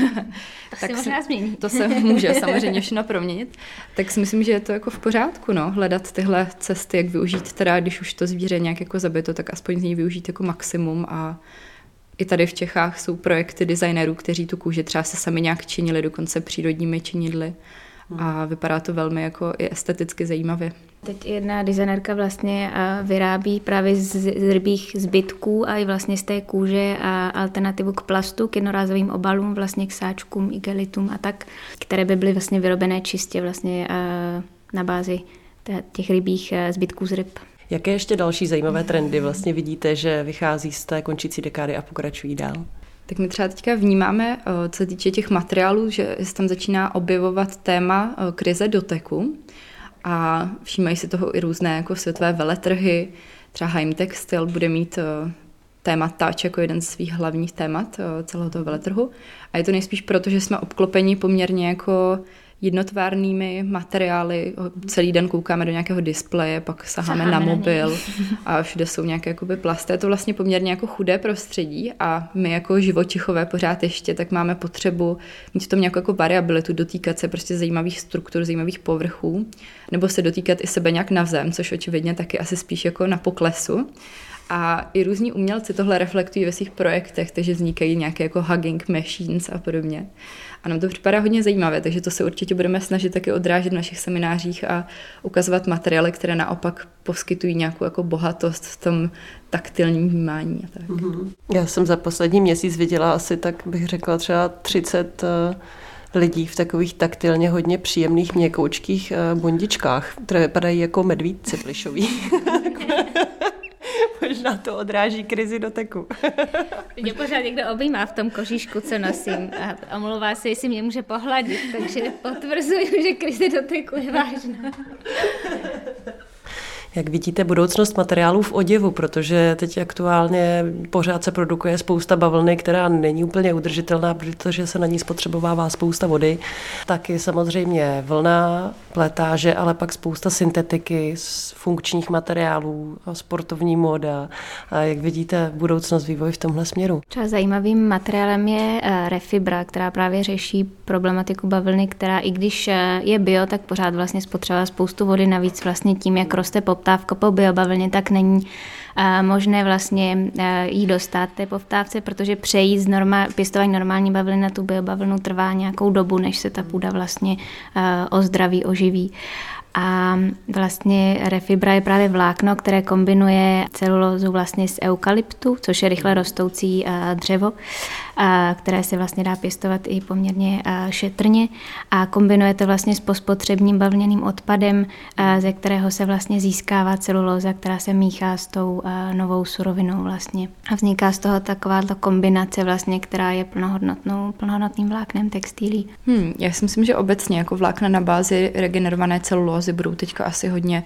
to se může samozřejmě všechno proměnit, tak si myslím, že je to jako v pořádku, no, hledat tyhle cesty, jak využít teda, když už to zvíře nějak jako zabito, tak aspoň z něj využít jako maximum a i tady v Čechách jsou projekty designérů, kteří tu kůži třeba se sami nějak činili, dokonce přírodními činidly a vypadá to velmi jako i esteticky zajímavě. Teď jedna designérka vlastně vyrábí právě z rybích zbytků a i vlastně z té kůže a alternativu k plastu, k jednorázovým obalům, vlastně k sáčkům, igelitům a tak, které by byly vlastně vyrobené čistě vlastně na bázi těch rybích zbytků z ryb. Jaké ještě další zajímavé trendy vlastně vidíte, že vychází z té končící dekády a pokračují dál? Tak my třeba teďka vnímáme, co se týče těch materiálů, že se tam začíná objevovat téma krize doteku a všímají se toho i různé jako světové veletrhy. Třeba Haim Textil bude mít téma touch jako jeden z svých hlavních témat celého toho veletrhu. A je to nejspíš proto, že jsme obklopeni poměrně jako jednotvárnými materiály. Celý den koukáme do nějakého displeje, pak saháme na mobil a všude jsou nějaké jakoby plasty. Je to vlastně poměrně jako chudé prostředí a my jako živočichové pořád ještě tak máme potřebu mít v tom nějakou jako variabilitu, dotýkat se prostě zajímavých struktur, zajímavých povrchů, nebo se dotýkat i sebe nějak navzem, což očividně taky asi spíš jako na poklesu. A i různí umělci tohle reflektují ve svých projektech, takže vznikají nějaké jako hugging machines a podobně. A nám to připadá hodně zajímavé, takže to se určitě budeme snažit taky odrážet v našich seminářích a ukazovat materiály, které naopak poskytují nějakou jako bohatost v tom taktilním vnímání. A tak. Já jsem za poslední měsíc viděla asi, tak bych řekla, třeba 30 lidí v takových taktilně hodně příjemných měkoučkých bundičkách, které vypadají jako medvídci plišoví. Možná to odráží krizi doteku. Mě pořád někdo objímá v tom kožíšku, co nosím a omlouvá se, jestli mě může pohladit, takže potvrzuju, že krize doteku je vážná. Jak vidíte budoucnost materiálů v oděvu, protože teď aktuálně pořád se produkuje spousta bavlny, která není úplně udržitelná, protože se na ní spotřebovává spousta vody. Taky samozřejmě vlna, pletáže, ale pak spousta syntetiky z funkčních materiálů, sportovní móda. A jak vidíte budoucnost vývoj v tomhle směru? Třeba zajímavým materiálem je Refibra, která právě řeší problematiku bavlny, která i když je bio, tak pořád vlastně spotřebuje spoustu vody, navíc vlastně tím, jak roste poptávka po biobavlně, tak není možné vlastně jí dostat té poptávce, protože přejít z pěstování normální bavlny na tu biobavlnu trvá nějakou dobu, než se ta půda vlastně ozdraví, oživí. A vlastně Refibra je právě vlákno, které kombinuje celulózu vlastně z eukalyptu, což je rychle rostoucí dřevo, které se vlastně dá pěstovat i poměrně šetrně a kombinuje to vlastně s pospotřebním bavlněným odpadem, ze kterého se vlastně získává celulóza, která se míchá s tou novou surovinou vlastně. A vzniká z toho takováto kombinace vlastně, která je plnohodnotným vláknem textilí. Já si myslím, že obecně jako vlákna na bázi regenerované celulózy budou teďka asi hodně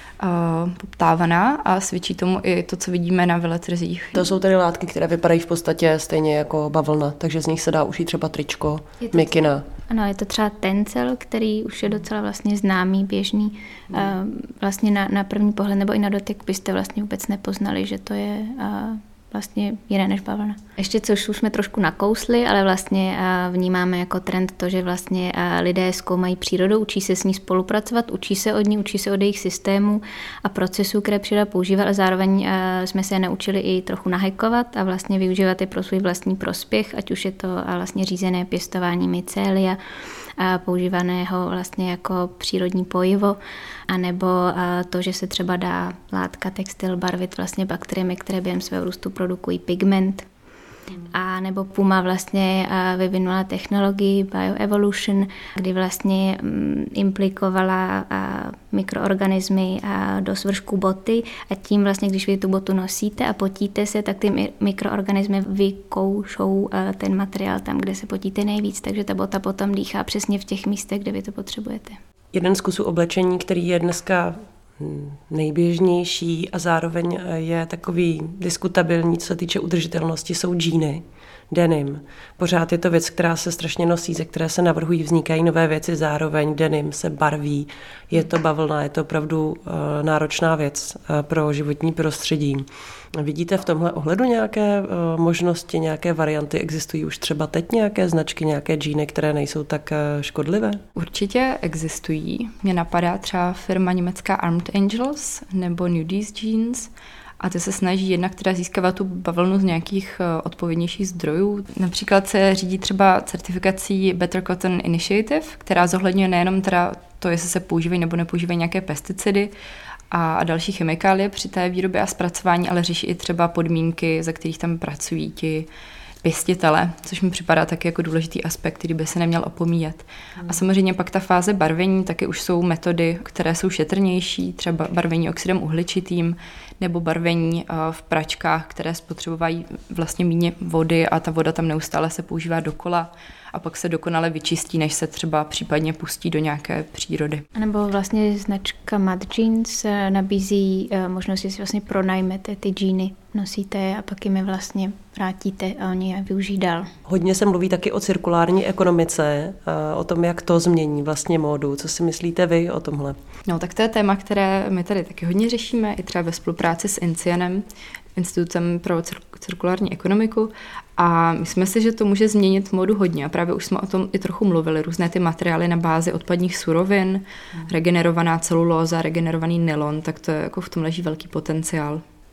poptávaná a svědčí tomu i to, co vidíme na veletrzích. To jsou tedy látky, které vypadají v podstatě stejně jako bavlna, takže z nich se dá ušít třeba tričko, mikina. Ano, je to třeba tencel, který už je docela vlastně známý, běžný. Vlastně na první pohled nebo i na dotyk byste vlastně vůbec nepoznali, že to je vlastně jiné než bavlna. Ještě což už jsme trošku nakousli, ale vlastně vnímáme jako trend to, že vlastně lidé zkoumají přírodu, učí se s ní spolupracovat, učí se od ní, učí se od jejich systémů a procesů, které příroda používá, a zároveň jsme se je naučili i trochu nahackovat a vlastně využívat je pro svůj vlastní prospěch, ať už je to vlastně řízené pěstování mycelia, používaného vlastně jako přírodní pojivo, anebo to, že se třeba dá látka textil barvit vlastně bakteriemi, které během svého růstu produkují pigment. A nebo Puma vlastně vyvinula technologii Bioevolution, kdy vlastně implikovala mikroorganismy do svršku boty a tím vlastně, když vy tu botu nosíte a potíte se, tak ty mikroorganismy vykoušou ten materiál tam, kde se potíte nejvíc, takže ta bota potom dýchá přesně v těch místech, kde vy to potřebujete. Jeden z kusů oblečení, který je dneska nejběžnější a zároveň je takový diskutabilní, co se týče udržitelnosti, jsou džíny, denim. Pořád je to věc, která se strašně nosí, ze které se navrhují, vznikají nové věci, zároveň denim se barví, je to bavlna, je to opravdu náročná věc pro životní prostředí. Vidíte v tomhle ohledu nějaké možnosti, nějaké varianty? Existují už třeba teď nějaké značky, nějaké džíny, které nejsou tak škodlivé? Určitě existují. Mně napadá třeba firma německá Armed Angels nebo Nudies Jeans. A ty se snaží jednak teda získávat tu bavlnu z nějakých odpovědnějších zdrojů. Například se řídí třeba certifikací Better Cotton Initiative, která zohledňuje nejenom teda to, jestli se používají nebo nepoužívají nějaké pesticidy a další chemikálie při té výrobě a zpracování, ale řeší i třeba podmínky, za kterých tam pracují ti pěstitele, což mi připadá taky jako důležitý aspekt, který by se neměl opomíjet. A samozřejmě pak ta fáze barvení, taky už jsou metody, které jsou šetrnější, třeba barvení oxidem uhličitým nebo barvení v pračkách, které spotřebovají vlastně méně vody a ta voda tam neustále se používá dokola a pak se dokonale vyčistí, než se třeba případně pustí do nějaké přírody. A nebo vlastně značka Mad Jeans nabízí možnost, že si vlastně pronajmete ty džíny, nosíte je a pak jim je vlastně vrátíte a oni je využijí dál. Hodně se mluví taky o cirkulární ekonomice, o tom, jak to změní vlastně módu. Co si myslíte vy o tomhle? No, tak to je téma, které my tady taky hodně řešíme, i třeba ve spolupráci s INCIANem, Institutem pro cirkulární ekonomiku. A myslíme si, že to může změnit módu hodně. A právě už jsme o tom i trochu mluvili. Různé ty materiály na bázi odpadních surovin, regenerovaná celulóza, regenerovaný nylon, tak to je, jako v tom leží velký potenciál.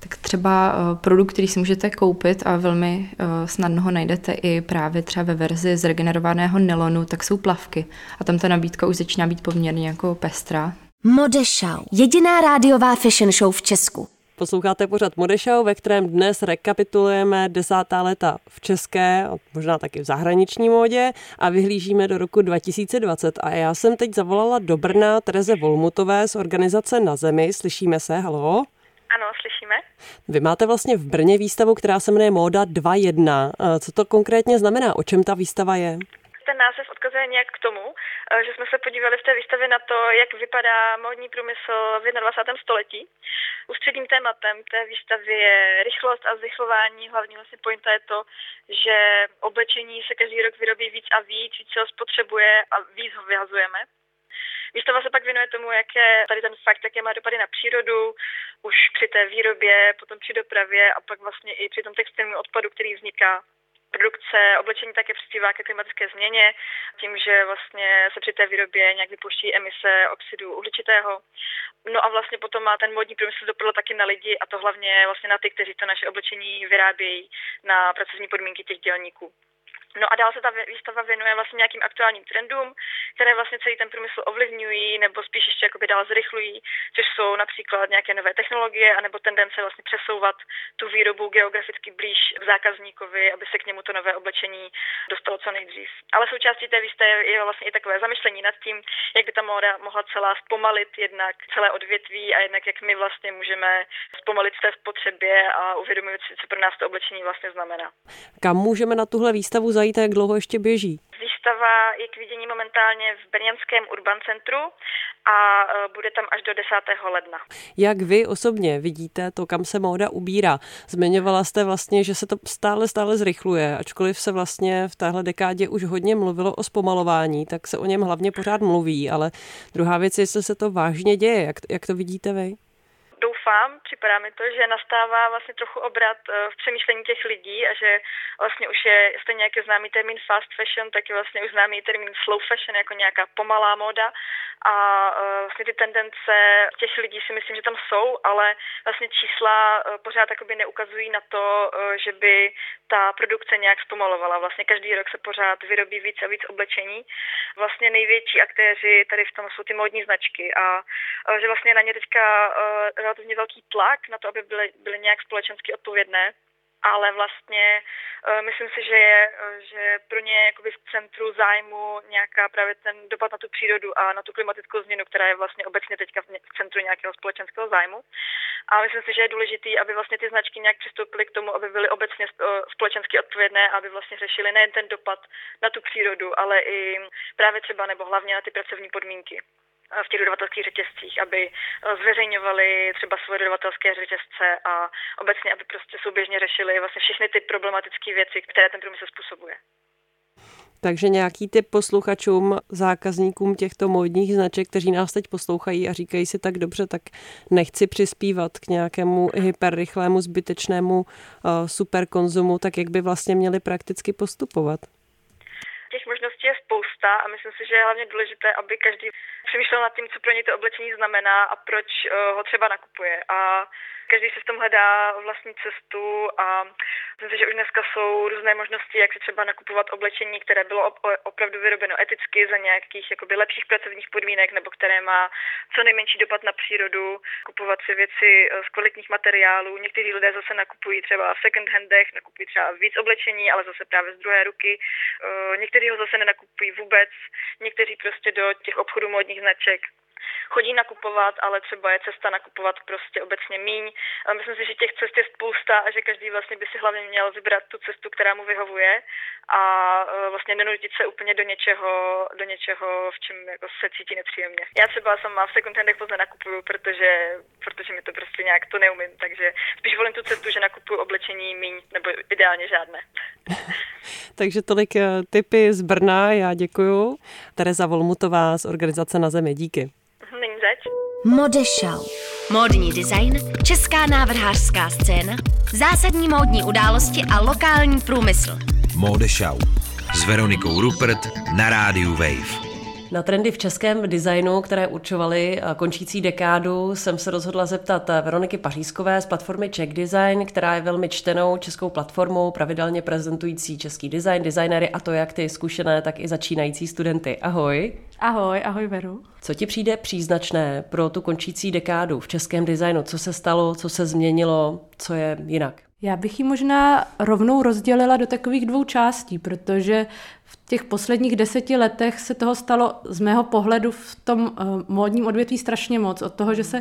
tak třeba produkt, který si můžete koupit a velmi snadno ho najdete i právě třeba ve verzi zregenerovaného nylonu, tak jsou plavky. A tam ta nabídka už začíná být poměrně jako pestrá. Modeshow. Jediná rádiová fashion show v Česku. Posloucháte pořad Modeshow, ve kterém dnes rekapitulujeme 10. léta v české, možná taky v zahraniční módě a vyhlížíme do roku 2020. A já jsem teď zavolala do Brna Tereze Volmutové z organizace Na zemi. Slyšíme se, halo? Ano, slyšíme. Vy máte vlastně v Brně výstavu, která se jmenuje Móda 2.1. Co to konkrétně znamená? O čem ta výstava je? Ten název odkazuje nějak k tomu, že jsme se podívali v té výstavě na to, jak vypadá módní průmysl v 21. století. Ústředním tématem té výstavy je rychlost a zrychlování. Hlavní vlastně pointa je to, že oblečení se každý rok vyrobí víc a víc se ho spotřebuje a víc ho vyhazujeme. Výstava se pak věnuje tomu, jaké tady ten fakt, jaké má dopady na přírodu, už při té výrobě, potom při dopravě a pak vlastně i při tom textilním odpadu, který vzniká. Produkce oblečení také přispívá ke klimatické změně, tím, že vlastně se při té výrobě nějak vypouští emise oxidu uhličitého. No a vlastně potom má ten módní průmysl dopad taky na lidi, a to hlavně vlastně na ty, kteří to naše oblečení vyrábějí, na pracovní podmínky těch dělníků. No a dál se ta výstava věnuje vlastně nějakým aktuálním trendům, které vlastně celý ten průmysl ovlivňují nebo spíš ještě jakoby dál zrychlují, což jsou například nějaké nové technologie anebo tendence vlastně přesouvat tu výrobu geograficky blíž k zákazníkovi, aby se k němu to nové oblečení dostalo co nejdřív. Ale součástí té výstavy je vlastně i takové zamyšlení nad tím, jak by ta móda mohla celá zpomalit jednak celé odvětví a jednak jak my vlastně můžeme zpomalit v té spotřebě a uvědomit si, co pro nás to oblečení vlastně znamená. Kam můžeme na tuhle výstavu zajít a jak dlouho ještě běží? Výstava je k vidění momentálně v brněnském Urban Centru a bude tam až do 10. ledna. Jak vy osobně vidíte to, kam se móda ubírá? Zmiňovala jste vlastně, že se to stále zrychluje, ačkoliv se vlastně v téhle dekádě už hodně mluvilo o zpomalování, tak se o něm hlavně pořád mluví, ale druhá věc je, jestli se to vážně děje. Jak to vidíte vy? Doufám, připadá mi to, že nastává vlastně trochu obrat v přemýšlení těch lidí a že vlastně už je stejně jak je známý termín fast fashion, tak je vlastně už známý termín slow fashion jako nějaká pomalá móda a vlastně ty tendence těch lidí si myslím, že tam jsou, ale vlastně čísla pořád jakoby neukazují na to, že by ta produkce nějak zpomalovala. Vlastně každý rok se pořád vyrobí víc a víc oblečení. Vlastně největší aktéři tady v tom jsou ty módní značky a že vlastně na ně teďka relativně velký tlak na to, aby byly nějak společensky odpovědné, ale vlastně myslím si, že pro ně jakoby v centru zájmu nějaká právě ten dopad na tu přírodu a na tu klimatickou změnu, která je vlastně obecně teďka v centru nějakého společenského zájmu. A myslím si, že je důležitý, aby vlastně ty značky nějak přistoupily k tomu, aby byly obecně společensky odpovědné, aby vlastně řešily nejen ten dopad na tu přírodu, ale i právě třeba nebo hlavně na ty pracovní podmínky v těch dodavatelských řetězcích, aby zveřejňovali třeba svoje dodavatelské řetězce a obecně, aby prostě souběžně řešili vlastně všechny ty problematické věci, které ten průmysl způsobuje. Takže nějaký tip posluchačům, zákazníkům těchto módních značek, kteří nás teď poslouchají a říkají si tak dobře, tak nechci přispívat k nějakému hyperrychlému, zbytečnému superkonzumu, tak jak by vlastně měli prakticky postupovat? Těch možností je spousta a myslím si, že je hlavně důležité, aby každý přemýšlel nad tím, co pro něj to oblečení znamená a proč ho třeba nakupuje. A každý si v tom hledá vlastní cestu a myslím si, že už dneska jsou různé možnosti, jak si třeba nakupovat oblečení, které bylo opravdu vyrobeno eticky za nějakých jakoby lepších pracovních podmínek nebo které má co nejmenší dopad na přírodu, kupovat si věci z kvalitních materiálů. Někteří lidé zase nakupují třeba v second handech, nakupují třeba víc oblečení, ale zase právě z druhé ruky. Někteří ho zase nenakupují vůbec, někteří prostě do těch obchodů módních značek chodí nakupovat, ale třeba je cesta nakupovat prostě obecně míň. Myslím si, že těch cest je spousta a že každý vlastně by si hlavně měl vybrat tu cestu, která mu vyhovuje a vlastně nenutit se úplně do něčeho, v čem jako se cítí nepříjemně. Já třeba sama v second handech moc nenakupuju, protože mi to prostě nějak to neumím, takže spíš volím tu cestu, že nakupuju oblečení míň nebo ideálně žádné. Takže tolik tipy z Brna, já děkuju. Tereza Volmutová z organizace Na zemi, díky. Není zač. Modeshow. Módní design, česká návrhářská scéna, zásadní módní události a lokální průmysl. Modeshow s Veronikou Rupert na rádiu Wave. Na trendy v českém designu, které určovaly končící dekádu, jsem se rozhodla zeptat Veroniky Pařízkové z platformy Czech Design, která je velmi čtenou českou platformou, pravidelně prezentující český design, designery, a to jak ty zkušené, tak i začínající studenty. Ahoj. Ahoj Veru. Co ti přijde příznačné pro tu končící dekádu v českém designu? Co se stalo, co se změnilo, co je jinak? Já bych ji možná rovnou rozdělila do takových 2 částí, protože v těch posledních 10 letech se toho stalo z mého pohledu v tom módním odvětví strašně moc. Od toho, že se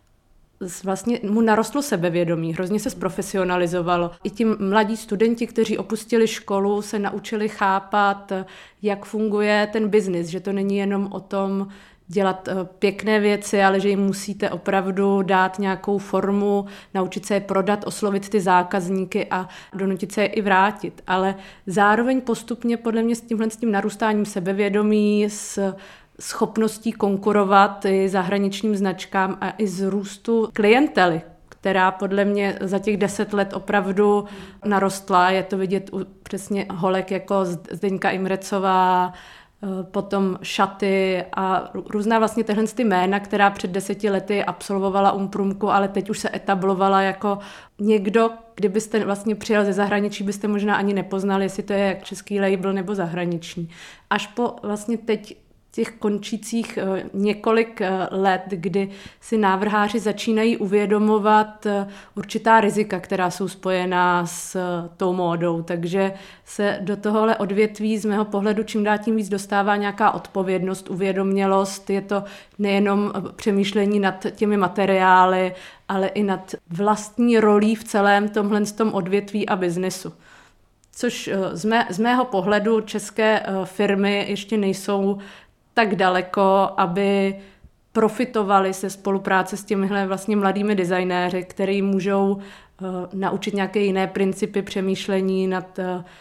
vlastně mu narostlo sebevědomí, hrozně se zprofesionalizovalo. I ti mladí studenti, kteří opustili školu, se naučili chápat, jak funguje ten biznis, že to není jenom o tom dělat pěkné věci, ale že jim musíte opravdu dát nějakou formu, naučit se je prodat, oslovit ty zákazníky a donutit se je i vrátit. Ale zároveň postupně podle mě s tím narůstáním sebevědomí, s schopností konkurovat i zahraničním značkám a i z růstu klientely, která podle mě za těch 10 let opravdu narostla. Je to vidět přesně holek jako Zdeňka Imrecová, potom Šaty a různá vlastně tyhle jména, která před 10 lety absolvovala Umprumku, ale teď už se etablovala jako někdo, kdybyste vlastně přijel ze zahraničí, byste možná ani nepoznali, jestli to je český label nebo zahraniční. Až po vlastně teď těch končících několik let, kdy si návrháři začínají uvědomovat určitá rizika, která jsou spojená s tou módou. Takže se do tohohle odvětví z mého pohledu čím dál tím víc dostává nějaká odpovědnost, uvědomělost. Je to nejenom přemýšlení nad těmi materiály, ale i nad vlastní rolí v celém tomhle odvětví a biznesu. Což z mého pohledu české firmy ještě nejsou tak daleko, aby profitovali se spolupráce s těmihle vlastně mladými designéři, který můžou naučit nějaké jiné principy přemýšlení nad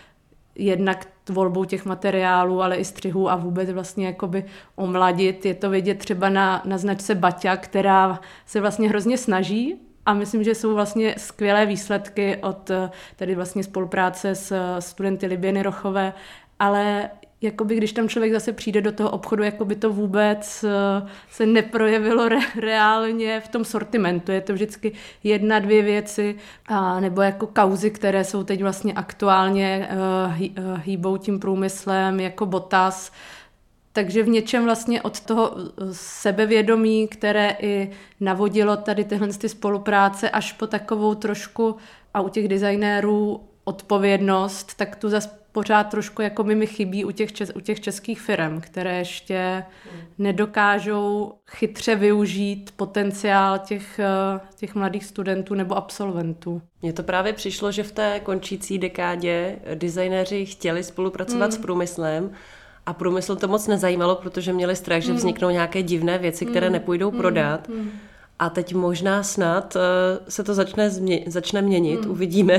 jednak tvorbou těch materiálů, ale i střihů a vůbec vlastně jakoby omladit. Je to vidět třeba na značce Baťa, která se vlastně hrozně snaží a myslím, že jsou vlastně skvělé výsledky od tady vlastně spolupráce s studenty Liběny Rochové, ale jakoby když tam člověk zase přijde do toho obchodu, jakoby to vůbec se neprojevilo reálně v tom sortimentu. Je to vždycky 1-2 věci, nebo jako kauzy, které jsou teď vlastně aktuálně hýbou tím průmyslem, jako Botas. Takže v něčem vlastně od toho sebevědomí, které i navodilo tady tyhle spolupráce, až po takovou trošku, a u těch designérů odpovědnost, tak tu zase pořád trošku jako mi chybí u těch českých firm, které ještě nedokážou chytře využít potenciál těch mladých studentů nebo absolventů. Mně to právě přišlo, že v té končící dekádě designéři chtěli spolupracovat s průmyslem a průmysl to moc nezajímalo, protože měli strach, že vzniknou nějaké divné věci, které nepůjdou prodat. A teď možná snad se to začne měnit, uvidíme.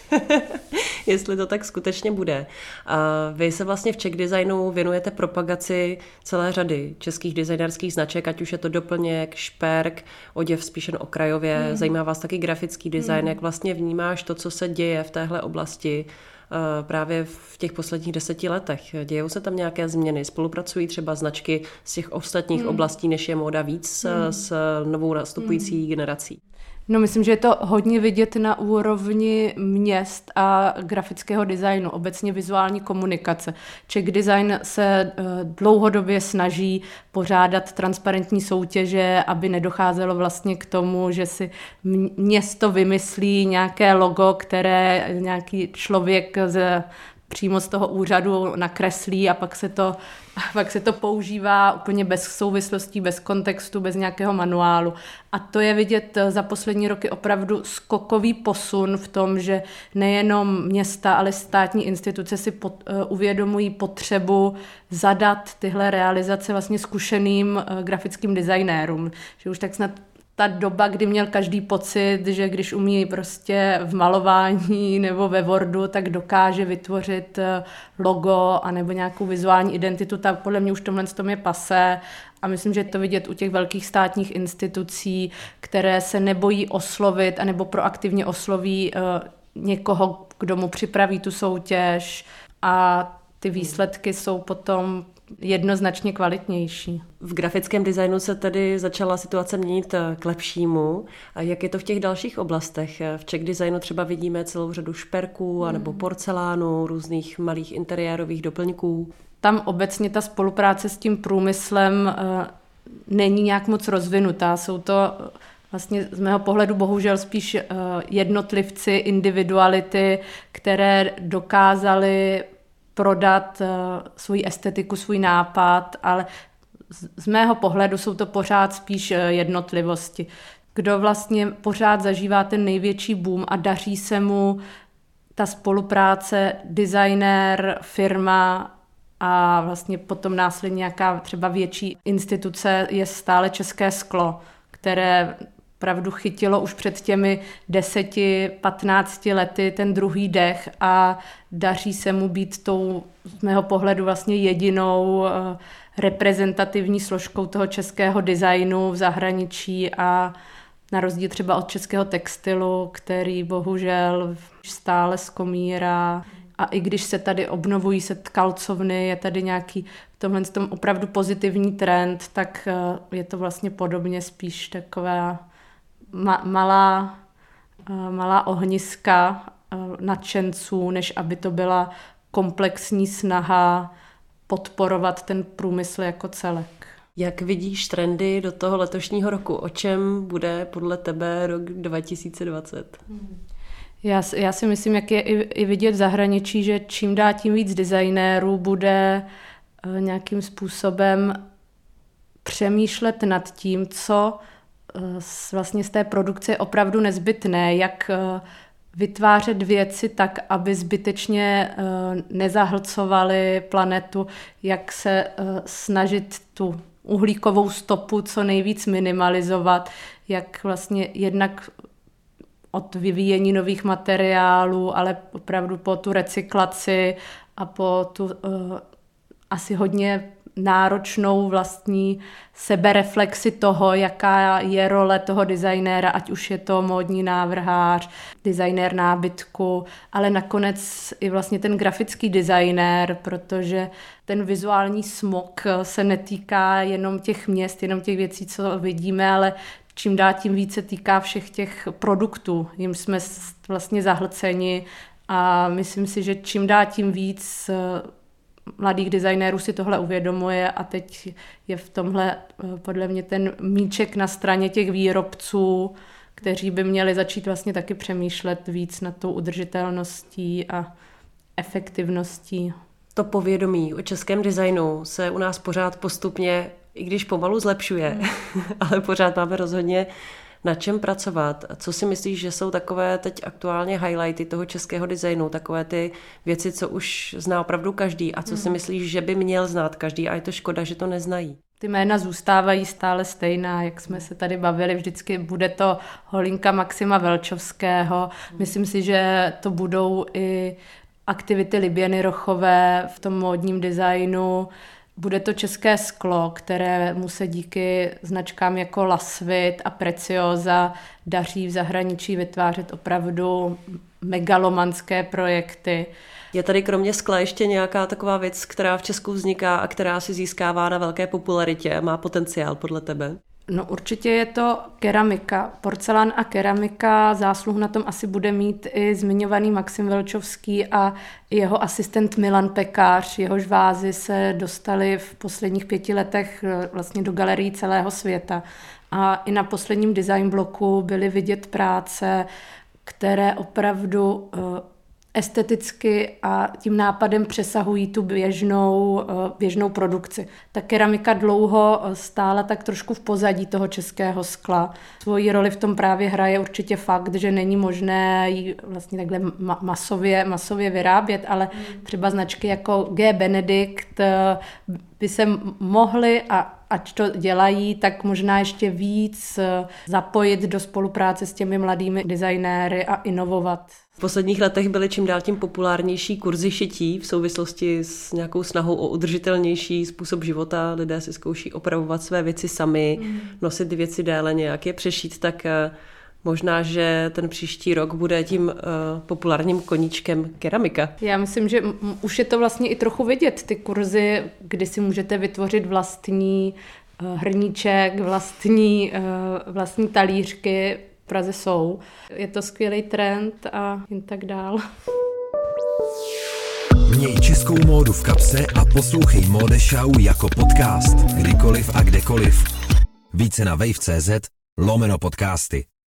Jestli to tak skutečně bude. A vy se vlastně v Czech Designu věnujete propagaci celé řady českých designerských značek, ať už je to doplněk, šperk, oděv spíš okrajově. Zajímá vás taky grafický design. Jak vlastně vnímáš to, co se děje v téhle oblasti právě v těch posledních 10 letech? Dějou se tam nějaké změny? Spolupracují třeba značky z těch ostatních oblastí, než je móda víc s novou nastupující generací? No, myslím, že je to hodně vidět na úrovni měst a grafického designu, obecně vizuální komunikace. Czech Design se dlouhodobě snaží pořádat transparentní soutěže, aby nedocházelo vlastně k tomu, že si město vymyslí nějaké logo, které nějaký člověk přímo z toho úřadu nakreslí a pak se to používá úplně bez souvislostí, bez kontextu, bez nějakého manuálu. A to je vidět za poslední roky opravdu skokový posun v tom, že nejenom města, ale státní instituce si uvědomují potřebu zadat tyhle realizace vlastně zkušeným grafickým designérům. Že už tak snad ta doba, kdy měl každý pocit, že když umí prostě v malování nebo ve Wordu, tak dokáže vytvořit logo anebo nějakou vizuální identitu, tak podle mě už tomhle je pasé. A myslím, že je to vidět u těch velkých státních institucí, které se nebojí oslovit anebo proaktivně osloví někoho, kdo mu připraví tu soutěž, a ty výsledky jsou potom jednoznačně kvalitnější. V grafickém designu se tedy začala situace měnit k lepšímu. A jak je to v těch dalších oblastech? V Czech designu třeba vidíme celou řadu šperků anebo porcelánu, různých malých interiérových doplňků. Tam obecně ta spolupráce s tím průmyslem není nějak moc rozvinutá. Jsou to vlastně z mého pohledu bohužel spíš jednotlivci, individuality, které dokázaly prodat svou estetiku, svůj nápad, ale z mého pohledu jsou to pořád spíš jednotlivosti. Kdo vlastně pořád zažívá ten největší boom a daří se mu ta spolupráce, designér, firma a vlastně potom následně nějaká třeba větší instituce, je stále České sklo, které opravdu chytilo už před těmi 10-15 lety ten druhý dech a daří se mu být tou, z mého pohledu, vlastně jedinou reprezentativní složkou toho českého designu v zahraničí a na rozdíl třeba od českého textilu, který bohužel stále skomírá. A i když se tady obnovují se tkalcovny, je tady nějaký v tomhle tom opravdu pozitivní trend, tak je to vlastně podobně spíš taková malá ohniska nadšenců, než aby to byla komplexní snaha podporovat ten průmysl jako celek. Jak vidíš trendy do toho letošního roku? O čem bude podle tebe rok 2020? Já si myslím, jak je i vidět v zahraničí, že čím dál tím víc designérů bude nějakým způsobem přemýšlet nad tím, co vlastně z té produkce je opravdu nezbytné, jak vytvářet věci tak, aby zbytečně nezahlcovaly planetu, jak se snažit tu uhlíkovou stopu co nejvíc minimalizovat, jak vlastně jednak od vyvíjení nových materiálů, ale opravdu po tu recyklaci a po tu asi hodně náročnou vlastní sebereflexi toho, jaká je role toho designéra, ať už je to módní návrhář, designér nábytku, ale nakonec i vlastně ten grafický designér, protože ten vizuální smog se netýká jenom těch měst, jenom těch věcí, co vidíme, ale čím dál tím více týká všech těch produktů, jim jsme vlastně zahlceni a myslím si, že čím dál tím víc mladých designérů si tohle uvědomuje a teď je v tomhle podle mě ten míček na straně těch výrobců, kteří by měli začít vlastně taky přemýšlet víc nad tou udržitelností a efektivností. To povědomí o českém designu se u nás pořád postupně, i když pomalu zlepšuje, ale pořád máme rozhodně na čem pracovat. Co si myslíš, že jsou takové teď aktuálně highlighty toho českého designu, takové ty věci, co už zná opravdu každý a co si myslíš, že by měl znát každý a je to škoda, že to neznají? Ty jména zůstávají stále stejná, jak jsme se tady bavili, vždycky bude to Holinka Maxima Velčovského. Myslím si, že to budou i aktivity Liběny Rochové v tom módním designu. Bude to České sklo, kterému se díky značkám jako Lasvit a Preciosa daří v zahraničí vytvářet opravdu megalomanské projekty. Je tady kromě skla ještě nějaká taková věc, která v Česku vzniká a která si získává na velké popularitě a má potenciál podle tebe? No určitě je to keramika. Porcelán a keramika, zásluh na tom asi bude mít i zmiňovaný Maxim Velčovský a jeho asistent Milan Pekář. Jehož vázy se dostaly v posledních 5 letech vlastně do galerií celého světa. A i na posledním design bloku byly vidět práce, které opravdu esteticky a tím nápadem přesahují tu běžnou produkci. Ta keramika dlouho stála tak trošku v pozadí toho českého skla. Svoji roli v tom právě hraje určitě fakt, že není možné ji vlastně takhle masově vyrábět, ale třeba značky jako G. Benedikt by se mohly, a ať to dělají, tak možná ještě víc zapojit do spolupráce s těmi mladými designéry a inovovat. V posledních letech byly čím dál tím populárnější kurzy šití v souvislosti s nějakou snahou o udržitelnější způsob života. Lidé si zkouší opravovat své věci sami, nosit věci déle, nějak je přešít, tak Možná, že ten příští rok bude tím populárním koníčkem keramika. Já myslím, že už je to vlastně i trochu vidět. Ty kurzy, kdy si můžete vytvořit vlastní hrníček, vlastní talířky, v Praze jsou. Je to skvělý trend a jen tak dál. Měj českou módu v kapse a poslouchej Mode Show jako podcast. Kdykoliv a kdekoliv. Více na wave.cz/podcasty.